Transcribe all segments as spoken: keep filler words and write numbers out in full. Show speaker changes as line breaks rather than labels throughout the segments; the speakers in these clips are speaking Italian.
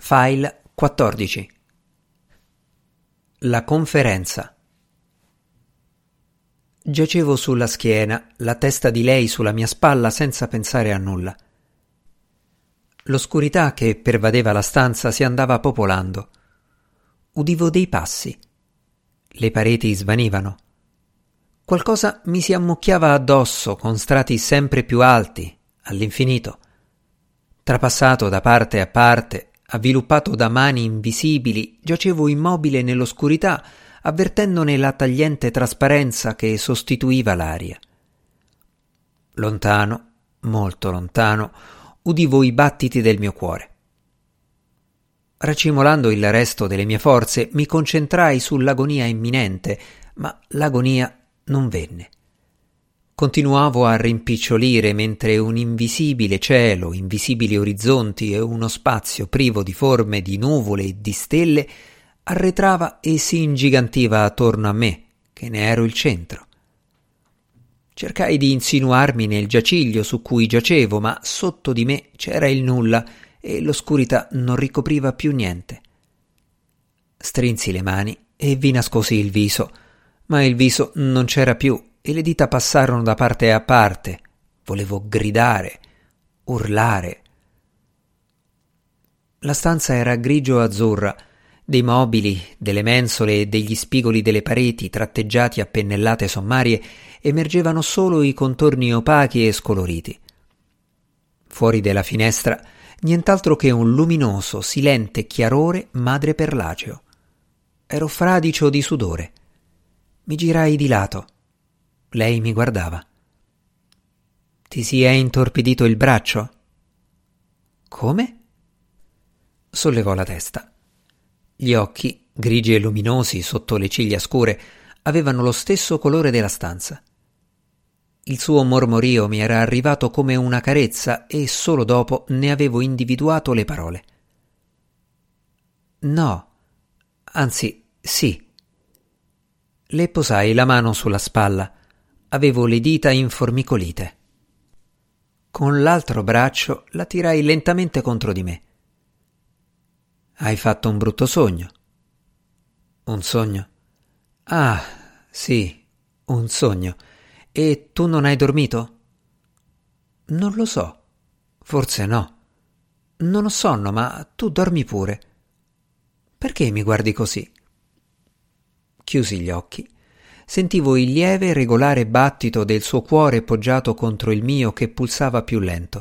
File quattordici. La conferenza. Giacevo sulla schiena, la testa di lei sulla mia spalla senza pensare a nulla. L'oscurità che pervadeva la stanza si andava popolando. Udivo dei passi. Le pareti svanivano. Qualcosa mi si ammucchiava addosso con strati sempre più alti, all'infinito. Trapassato da parte a parte, avviluppato da mani invisibili, giacevo immobile nell'oscurità, avvertendone la tagliente trasparenza che sostituiva l'aria. Lontano, molto lontano, udivo i battiti del mio cuore. Racimolando il resto delle mie forze, mi concentrai sull'agonia imminente, ma l'agonia non venne. Continuavo a rimpicciolire mentre un invisibile cielo, invisibili orizzonti e uno spazio privo di forme, di nuvole e di stelle arretrava e si ingigantiva attorno a me, che ne ero il centro. Cercai di insinuarmi nel giaciglio su cui giacevo, ma sotto di me c'era il nulla e l'oscurità non ricopriva più niente. Strinsi le mani e vi nascosi il viso, ma il viso non c'era più e le dita passarono da parte a parte. Volevo gridare, urlare. La stanza era grigio-azzurra. Dei mobili, delle mensole e degli spigoli delle pareti tratteggiati a pennellate sommarie emergevano solo i contorni opachi e scoloriti. Fuori della finestra nient'altro che un luminoso, silente chiarore madreperlaceo. Ero fradicio di sudore. Mi girai di lato. Lei mi guardava. «Ti si è intorpidito il braccio?» «Come?» Sollevò la testa. Gli occhi, grigi e luminosi sotto le ciglia scure, avevano lo stesso colore della stanza. Il suo mormorio mi era arrivato come una carezza e solo dopo ne avevo individuato le parole. «No, anzi, sì». Le posai la mano sulla spalla. Avevo le dita informicolite. Con l'altro braccio la tirai lentamente contro di me. «Hai fatto un brutto sogno?» «Un sogno?» «Ah, sì, un sogno. E tu non hai dormito?» «Non lo so. Forse no. Non ho sonno, ma tu dormi pure. Perché mi guardi così?» Chiusi gli occhi. Sentivo il lieve, regolare battito del suo cuore poggiato contro il mio che pulsava più lento.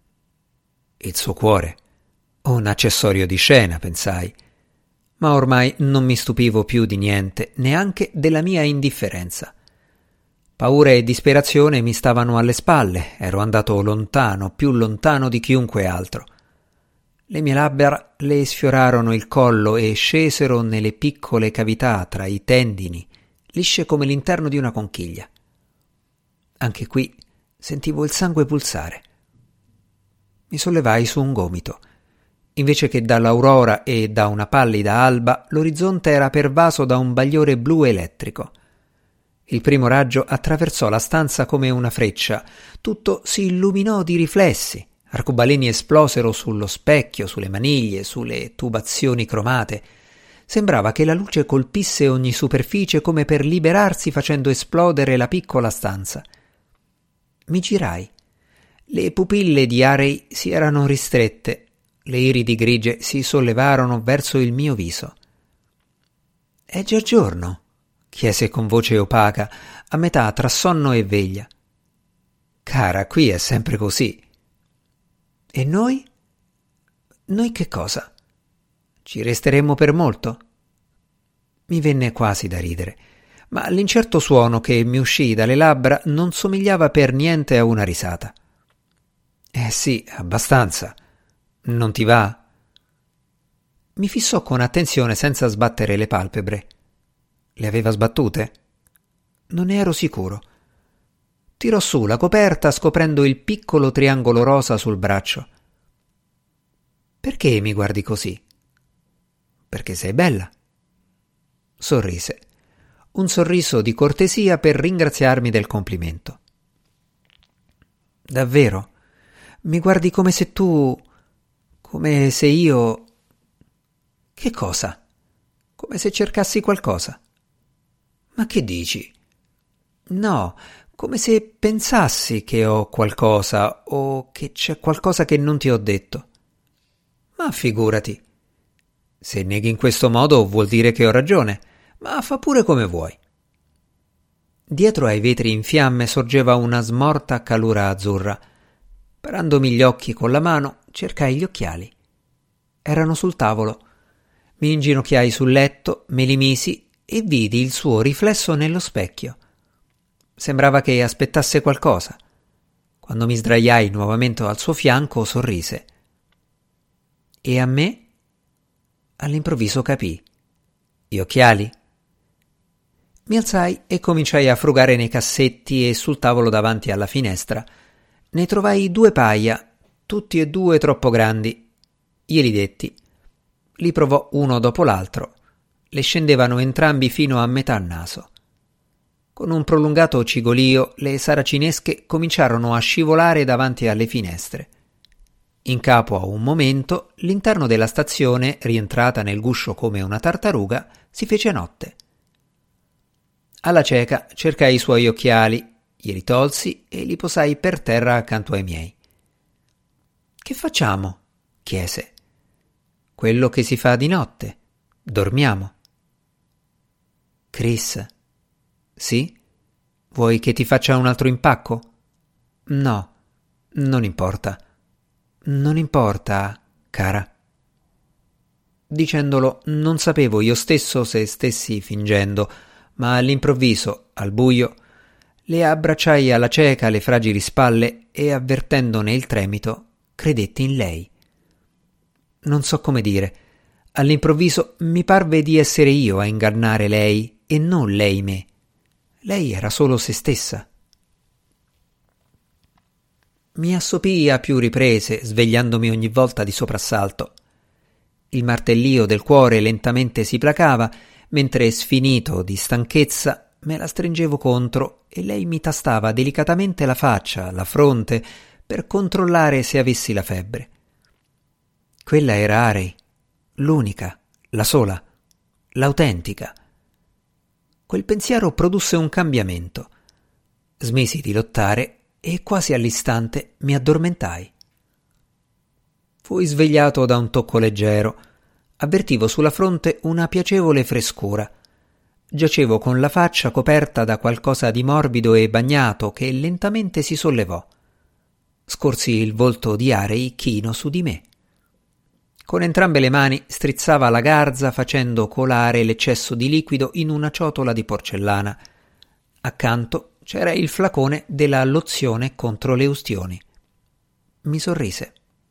Il suo cuore? Un accessorio di scena, pensai. Ma ormai non mi stupivo più di niente, neanche della mia indifferenza. Paura e disperazione mi stavano alle spalle, ero andato lontano, più lontano di chiunque altro. Le mie labbra le sfiorarono il collo e scesero nelle piccole cavità tra i tendini, lisce come l'interno di una conchiglia. Anche qui sentivo il sangue pulsare. Mi sollevai su un gomito. Invece che dall'aurora e da una pallida alba, l'orizzonte era pervaso da un bagliore blu elettrico. Il primo raggio attraversò la stanza come una freccia. Tutto si illuminò di riflessi. Arcobaleni esplosero sullo specchio, sulle maniglie, sulle tubazioni cromate. Sembrava che la luce colpisse ogni superficie come per liberarsi facendo esplodere la piccola stanza. Mi girai. Le pupille di Harry si erano ristrette. Le iridi grigie si sollevarono verso il mio viso. «È già giorno?» chiese con voce opaca, a metà tra sonno e veglia. «Cara, qui è sempre così». «E noi?» «Noi che cosa? Ci resteremo per molto?» Mi venne quasi da ridere, ma l'incerto suono che mi uscì dalle labbra non somigliava per niente a una risata. «Eh sì, abbastanza. Non ti va?» Mi fissò con attenzione senza sbattere le palpebre. Le aveva sbattute? Non ne ero sicuro. Tirò su la coperta scoprendo il piccolo triangolo rosa sul braccio. «Perché mi guardi così?» «Perché sei bella». Sorrise. Un sorriso di cortesia per ringraziarmi del complimento. «Davvero? Mi guardi come se tu... come se io...» Che cosa? Come se cercassi qualcosa. Ma che dici? No, come se pensassi che ho qualcosa o che c'è qualcosa che non ti ho detto. Ma figurati. Se neghi in questo modo vuol dire che ho ragione, ma fa pure come vuoi. Dietro ai vetri in fiamme sorgeva una smorta calura azzurra. Parandomi gli occhi con la mano, cercai gli occhiali. Erano sul tavolo. Mi inginocchiai sul letto, me li misi e vidi il suo riflesso nello specchio. Sembrava che aspettasse qualcosa. Quando mi sdraiai nuovamente al suo fianco, sorrise. E a me? All'improvviso capii. Gli occhiali? Mi alzai e cominciai a frugare nei cassetti e sul tavolo davanti alla finestra. Ne trovai due paia, tutti e due troppo grandi. Glieli detti. Li provò uno dopo l'altro. Le scendevano entrambi fino a metà naso. Con un prolungato cigolio, le saracinesche cominciarono a scivolare davanti alle finestre. In capo a un momento, l'interno della stazione, rientrata nel guscio come una tartaruga, si fece notte. Alla cieca cercai i suoi occhiali, glieli tolsi e li posai per terra accanto ai miei. «Che facciamo?» chiese. «Quello che si fa di notte. Dormiamo». «Chris?» «Sì? Vuoi che ti faccia un altro impacco?» «No, non importa». «Non importa, cara». Dicendolo, non sapevo io stesso se stessi fingendo, ma all'improvviso, al buio, le abbracciai alla cieca le fragili spalle e, avvertendone il tremito, credetti in lei. Non so come dire. All'improvviso mi parve di essere io a ingannare lei e non lei me. Lei era solo se stessa. Mi assopii a più riprese, svegliandomi ogni volta di soprassalto. Il martellio del cuore lentamente si placava, mentre, sfinito di stanchezza, me la stringevo contro e lei mi tastava delicatamente la faccia, la fronte, per controllare se avessi la febbre. Quella era Arei, l'unica, la sola, l'autentica. Quel pensiero produsse un cambiamento. Smisi di lottare e quasi all'istante mi addormentai. Fui svegliato da un tocco leggero. Avvertivo sulla fronte una piacevole frescura. Giacevo con la faccia coperta da qualcosa di morbido e bagnato che lentamente si sollevò. Scorsi il volto di Arei chino su di me. Con entrambe le mani strizzava la garza facendo colare l'eccesso di liquido in una ciotola di porcellana. Accanto c'era il flacone della lozione contro le ustioni. Mi sorrise.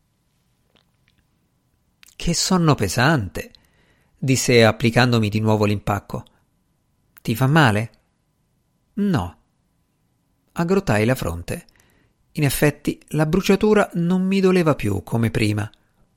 «Che sonno pesante», disse applicandomi di nuovo l'impacco. «Ti fa male?» «No». Aggrottai la fronte. In effetti la bruciatura non mi doleva più come prima.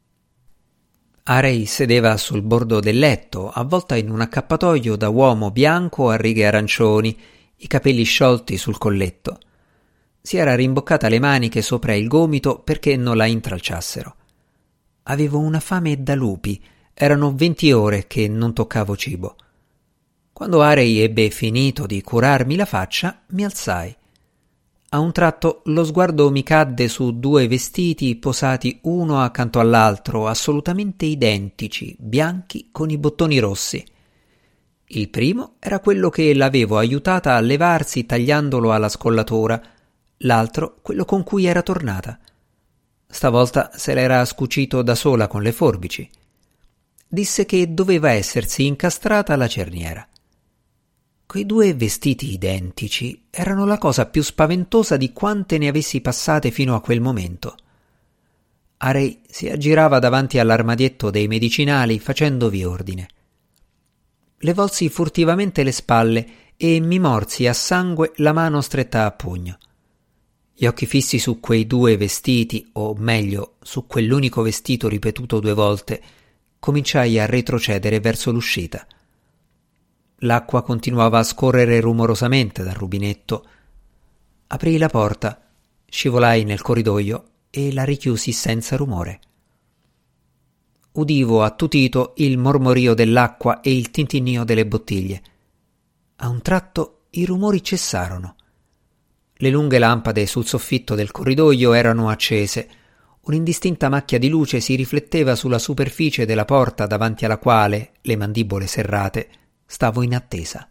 Arei sedeva sul bordo del letto, avvolta in un accappatoio da uomo bianco a righe arancioni, i capelli sciolti sul colletto. Si era rimboccata le maniche sopra il gomito perché non la intralciassero. Avevo una fame da lupi, erano venti ore che non toccavo cibo. Quando Arei ebbe finito di curarmi la faccia, mi alzai. A un tratto lo sguardo mi cadde su due vestiti posati uno accanto all'altro, assolutamente identici, bianchi con i bottoni rossi. Il primo era quello che l'avevo aiutata a levarsi tagliandolo alla scollatura, l'altro quello con cui era tornata. Stavolta se l'era scucito da sola con le forbici. Disse che doveva essersi incastrata la cerniera. Quei due vestiti identici erano la cosa più spaventosa di quante ne avessi passate fino a quel momento. Arei si aggirava davanti all'armadietto dei medicinali facendovi ordine. Le volsi furtivamente le spalle e mi morsi a sangue la mano stretta a pugno. Gli occhi fissi su quei due vestiti, o meglio, su quell'unico vestito ripetuto due volte, cominciai a retrocedere verso l'uscita. L'acqua continuava a scorrere rumorosamente dal rubinetto. Aprii la porta, scivolai nel corridoio e la richiusi senza rumore. Udivo attutito il mormorio dell'acqua e il tintinnio delle bottiglie. A un tratto i rumori cessarono. Le lunghe lampade sul soffitto del corridoio erano accese. Un'indistinta macchia di luce si rifletteva sulla superficie della porta davanti alla quale, le mandibole serrate, stavo in attesa.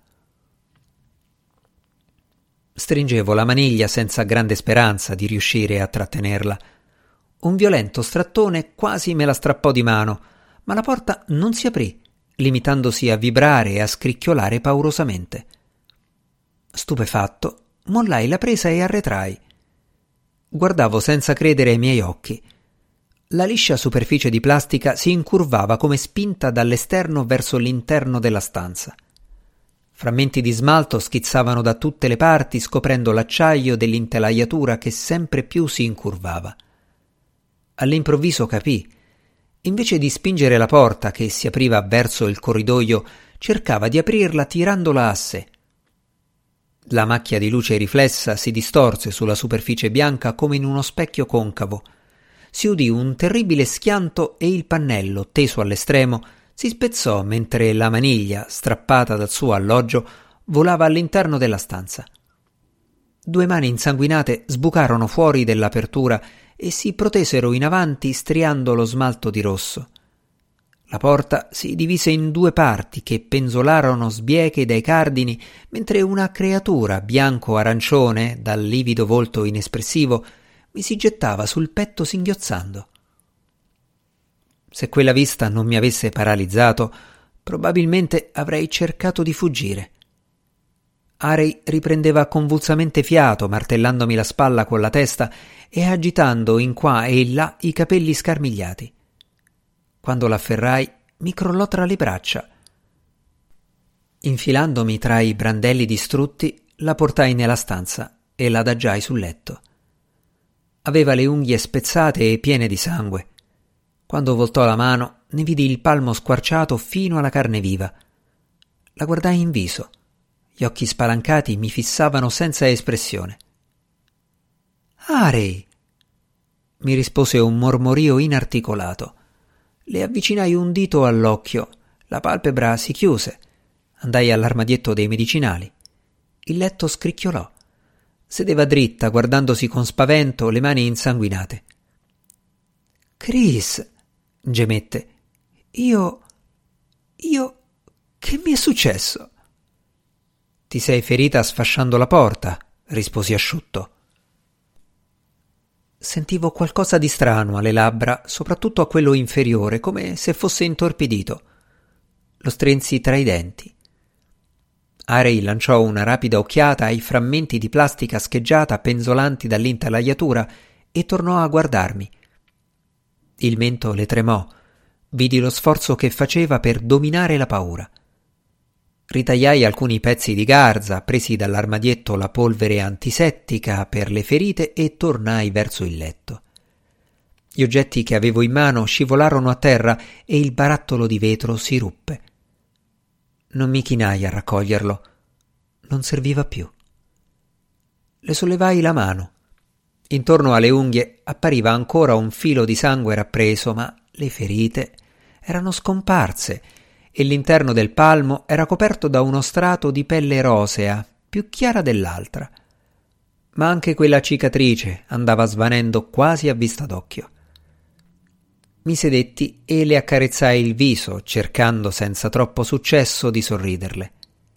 Stringevo la maniglia senza grande speranza di riuscire a trattenerla. Un violento strattone quasi me la strappò di mano, ma la porta non si aprì, limitandosi a vibrare e a scricchiolare paurosamente. Stupefatto, mollai la presa e arretrai. Guardavo senza credere ai miei occhi. La liscia superficie di plastica si incurvava come spinta dall'esterno verso l'interno della stanza. Frammenti di smalto schizzavano da tutte le parti, scoprendo l'acciaio dell'intelaiatura che sempre più si incurvava. All'improvviso capì. Invece di spingere la porta che si apriva verso il corridoio, cercava di aprirla tirandola a sé. La macchia di luce riflessa si distorse sulla superficie bianca come in uno specchio concavo. Si udì un terribile schianto e il pannello, teso all'estremo, si spezzò mentre la maniglia, strappata dal suo alloggio, volava all'interno della stanza. Due mani insanguinate sbucarono fuori dell'apertura e si protesero in avanti striando lo smalto di rosso. La porta si divise in due parti che penzolarono sbieche dai cardini, mentre una creatura bianco-arancione, dal livido volto inespressivo, mi si gettava sul petto singhiozzando. Se quella vista non mi avesse paralizzato, probabilmente avrei cercato di fuggire. Arei riprendeva convulsamente fiato, martellandomi la spalla con la testa e agitando in qua e in là i capelli scarmigliati. Quando l'afferrai, mi crollò tra le braccia. Infilandomi tra i brandelli distrutti, la portai nella stanza e l'adagiai sul letto. Aveva le unghie spezzate e piene di sangue. Quando voltò la mano, ne vidi il palmo squarciato fino alla carne viva. La guardai in viso. Gli occhi spalancati mi fissavano senza espressione. «Arei!» mi rispose un mormorio inarticolato. Le avvicinai un dito all'occhio. La palpebra si chiuse. Andai all'armadietto dei medicinali. Il letto scricchiolò. Sedeva dritta, guardandosi con spavento, le mani insanguinate. «Chris!» gemette. «Io... io... che mi è successo?» «Ti sei ferita sfasciando la porta», risposi asciutto. Sentivo qualcosa di strano alle labbra, soprattutto a quello inferiore, come se fosse intorpidito. Lo strinsi tra i denti. Arei lanciò una rapida occhiata ai frammenti di plastica scheggiata penzolanti dall'intelaiatura e tornò a guardarmi. Il mento le tremò. Vidi lo sforzo che faceva per dominare la paura. Ritagliai alcuni pezzi di garza, presi dall'armadietto la polvere antisettica per le ferite e tornai verso il letto. Gli oggetti che avevo in mano scivolarono a terra e il barattolo di vetro si ruppe. Non mi chinai a raccoglierlo. Non serviva più. Le sollevai la mano. Intorno alle unghie appariva ancora un filo di sangue rappreso, ma le ferite erano scomparse e l'interno del palmo era coperto da uno strato di pelle rosea, più chiara dell'altra. Ma anche quella cicatrice andava svanendo quasi a vista d'occhio. Mi sedetti e le accarezzai il viso, cercando senza troppo successo di sorriderle.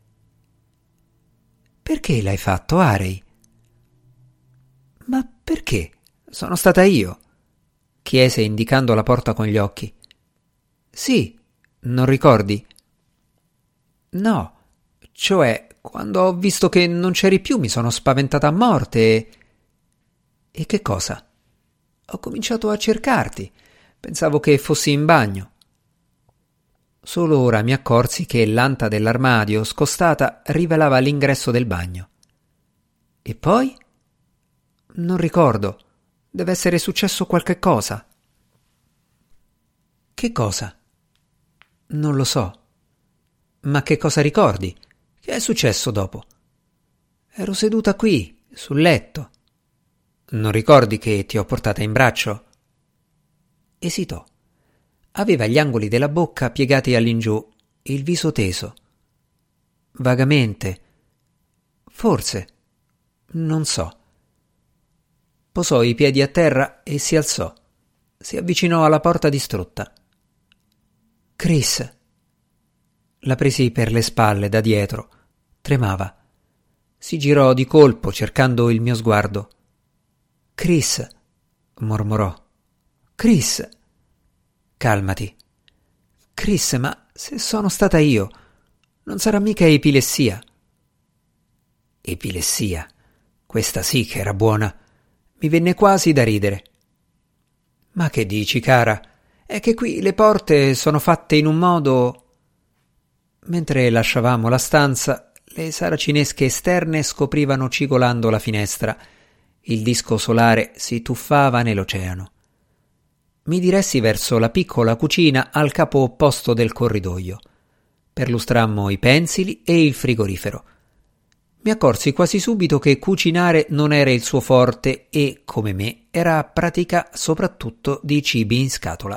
«Perché l'hai fatto, Arei?» «Ma perché? Sono stata io», chiese indicando la porta con gli occhi. «Sì, non ricordi?» «No, cioè, quando ho visto che non c'eri più mi sono spaventata a morte e...» «E che cosa?» «Ho cominciato a cercarti. Pensavo che fossi in bagno». Solo ora mi accorsi che l'anta dell'armadio, scostata, rivelava l'ingresso del bagno. «E poi?» «Non ricordo. Deve essere successo qualche cosa». «Che cosa?» «Non lo so». «Ma che cosa ricordi? Che è successo dopo?» «Ero seduta qui, sul letto». «Non ricordi che ti ho portata in braccio?» Esitò. Aveva gli angoli della bocca piegati all'ingiù, il viso teso. Vagamente. Forse. Non so. Posò i piedi a terra e si alzò. Si avvicinò alla porta distrutta. Chris. La presi per le spalle da dietro. Tremava. Si girò di colpo cercando il mio sguardo. Chris, mormorò. Chris. Calmati. Chris, ma se sono stata io, non sarà mica epilessia. Epilessia. Questa sì che era buona. Mi venne quasi da ridere. Ma che dici, cara? È che qui le porte sono fatte in un modo... Mentre lasciavamo la stanza, le saracinesche esterne scoprivano cigolando la finestra. Il disco solare si tuffava nell'oceano. Mi diressi verso la piccola cucina al capo opposto del corridoio. Perlustrammo i pensili e il frigorifero. Mi accorsi quasi subito che cucinare non era il suo forte e, come me, era pratica soprattutto di cibi in scatola.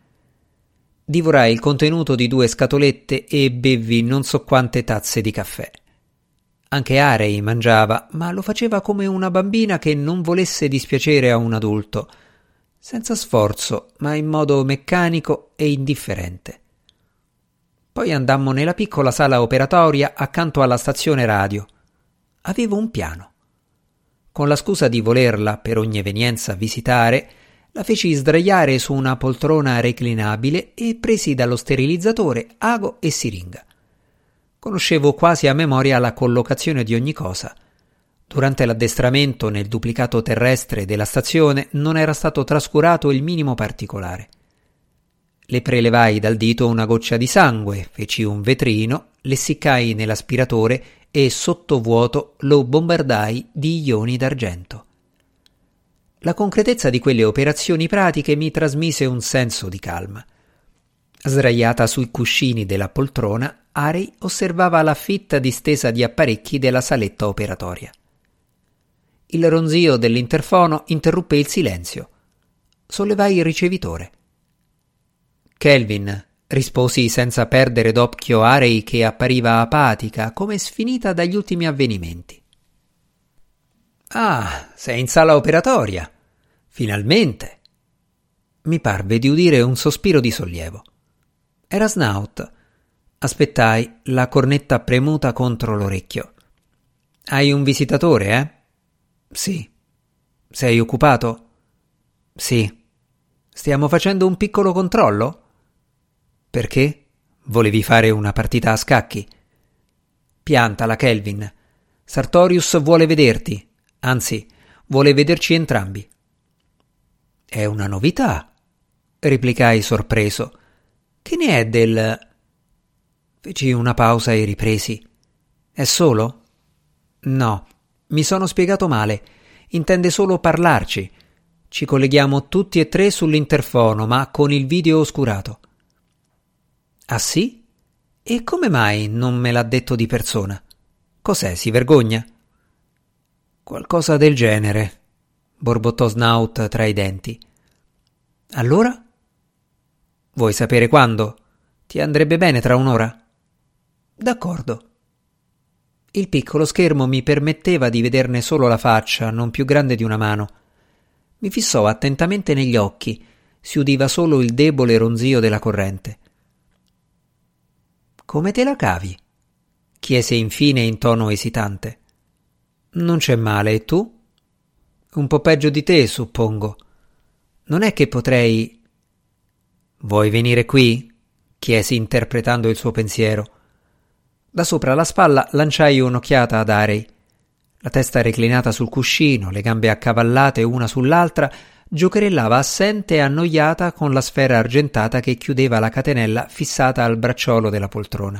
Divorai il contenuto di due scatolette e bevvi non so quante tazze di caffè. Anche Arei mangiava, ma lo faceva come una bambina che non volesse dispiacere a un adulto, senza sforzo, ma in modo meccanico e indifferente. Poi andammo nella piccola sala operatoria accanto alla stazione radio. Avevo un piano. Con la scusa di volerla per ogni evenienza visitare, la feci sdraiare su una poltrona reclinabile e presi dallo sterilizzatore ago e siringa. Conoscevo quasi a memoria la collocazione di ogni cosa. Durante l'addestramento nel duplicato terrestre della stazione non era stato trascurato il minimo particolare. Le prelevai dal dito una goccia di sangue, feci un vetrino, l'essiccai nell'aspiratore e sottovuoto lo bombardai di ioni d'argento. La concretezza di quelle operazioni pratiche mi trasmise un senso di calma. Sdraiata sui cuscini della poltrona, Arei osservava la fitta distesa di apparecchi della saletta operatoria. Il ronzio dell'interfono interruppe il silenzio. Sollevai il ricevitore. Kelvin, risposi senza perdere d'occhio Arei che appariva apatica, come sfinita dagli ultimi avvenimenti. Ah, sei in sala operatoria. Finalmente. Mi parve di udire un sospiro di sollievo. Era Snout. Aspettai, la cornetta premuta contro l'orecchio. Hai un visitatore, eh? Sì. Sei occupato? Sì. Stiamo facendo un piccolo controllo? Perché? Volevi fare una partita a scacchi? Piantala, Kelvin. Sartorius vuole vederti. Anzi, vuole vederci entrambi. È una novità, replicai sorpreso. Che ne è del... Feci una pausa e ripresi. È solo? No, mi sono spiegato male. Intende solo parlarci. Ci colleghiamo tutti e tre sull'interfono, ma con il video oscurato. Ah sì? E come mai non me l'ha detto di persona? Cos'è, si vergogna? Qualcosa del genere, borbottò Snout tra i denti. Allora? Vuoi sapere quando? Ti andrebbe bene tra un'ora? D'accordo. Il piccolo schermo mi permetteva di vederne solo la faccia, non più grande di una mano. Mi fissò attentamente negli occhi, si udiva solo il debole ronzio della corrente. Come te la cavi? Chiese infine in tono esitante. Non c'è male, e tu? Un po' peggio di te, suppongo. Non è che potrei... Vuoi venire qui? Chiesi interpretando il suo pensiero. Da sopra la spalla lanciai un'occhiata ad Arei. La testa reclinata sul cuscino, le gambe accavallate una sull'altra, giocherellava assente e annoiata con la sfera argentata che chiudeva la catenella fissata al bracciolo della poltrona.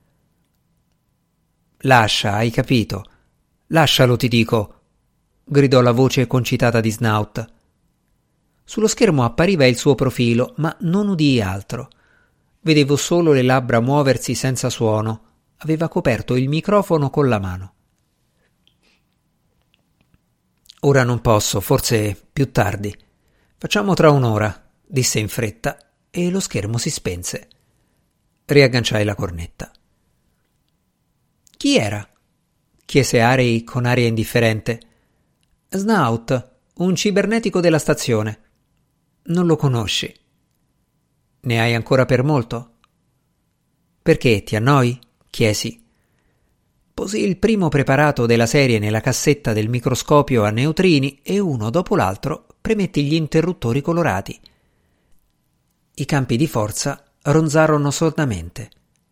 Lascia, hai capito? Lascialo, ti dico, gridò la voce concitata di Snout. Sullo schermo appariva il suo profilo, ma non udii altro. Vedevo solo le labbra muoversi senza suono. Aveva coperto il microfono con la mano. Ora non posso, forse più tardi. Facciamo tra un'ora, disse in fretta, e lo schermo si spense. Riagganciai la cornetta. «Chi era?» chiese Harry con aria indifferente. «Snout, un cibernetico della stazione. Non lo conosci?» «Ne hai ancora per molto?» «Perché, ti annoi?» chiesi. Posi il primo preparato della serie nella cassetta del microscopio a neutrini e uno dopo l'altro premetti gli interruttori colorati. I campi di forza ronzarono sordamente.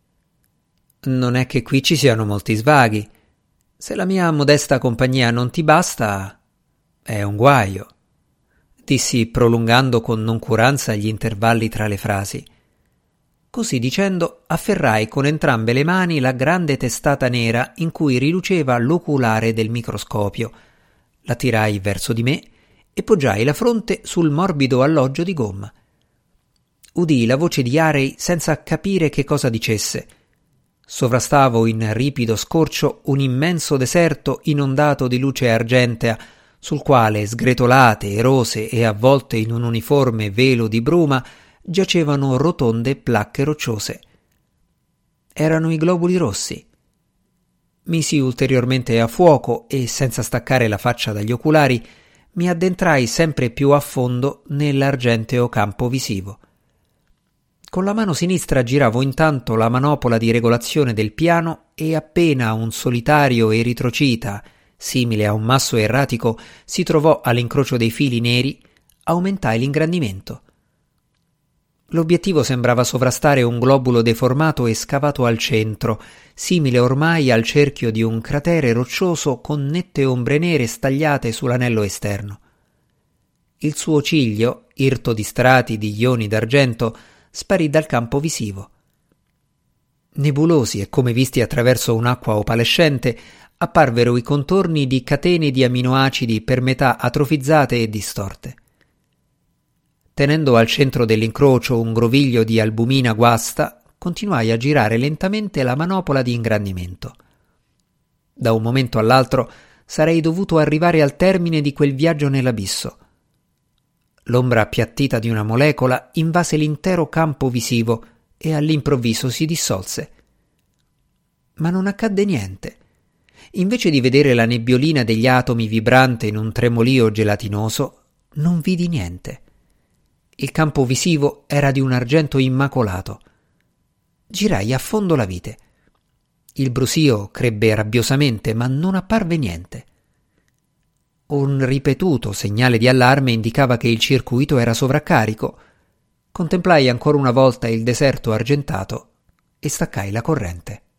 «Non è che qui ci siano molti svaghi. Se la mia modesta compagnia non ti basta, è un guaio», dissi prolungando con noncuranza gli intervalli tra le frasi. Così dicendo afferrai con entrambe le mani la grande testata nera in cui riluceva l'oculare del microscopio, la tirai verso di me e poggiai la fronte sul morbido alloggio di gomma. Udii la voce di Harry senza capire che cosa dicesse. Sovrastavo in ripido scorcio un immenso deserto inondato di luce argentea, sul quale, sgretolate, erose e avvolte in un uniforme velo di bruma, giacevano rotonde placche rocciose. Erano i globuli rossi. Misi ulteriormente a fuoco e, senza staccare la faccia dagli oculari, mi addentrai sempre più a fondo nell'argenteo campo visivo. Con la mano sinistra giravo intanto la manopola di regolazione del piano e appena un solitario eritrocita, simile a un masso erratico, si trovò all'incrocio dei fili neri, aumentai l'ingrandimento. L'obiettivo sembrava sovrastare un globulo deformato e scavato al centro, simile ormai al cerchio di un cratere roccioso con nette ombre nere stagliate sull'anello esterno. Il suo ciglio, irto di strati di ioni d'argento, sparì dal campo visivo. Nebulosi e come visti attraverso un'acqua opalescente, apparvero i contorni di catene di aminoacidi per metà atrofizzate e distorte. Tenendo al centro dell'incrocio un groviglio di albumina guasta, continuai a girare lentamente la manopola di ingrandimento. Da un momento all'altro sarei dovuto arrivare al termine di quel viaggio nell'abisso. L'ombra appiattita di una molecola invase l'intero campo visivo e all'improvviso si dissolse. Ma non accadde niente. Invece di vedere la nebbiolina degli atomi vibrante in un tremolio gelatinoso, non vidi niente. Il campo visivo era di un argento immacolato. Girai a fondo la vite. Il brusio crebbe rabbiosamente, ma non apparve niente. Un ripetuto segnale di allarme indicava che il circuito era sovraccarico. Contemplai ancora una volta il deserto argentato e staccai la corrente.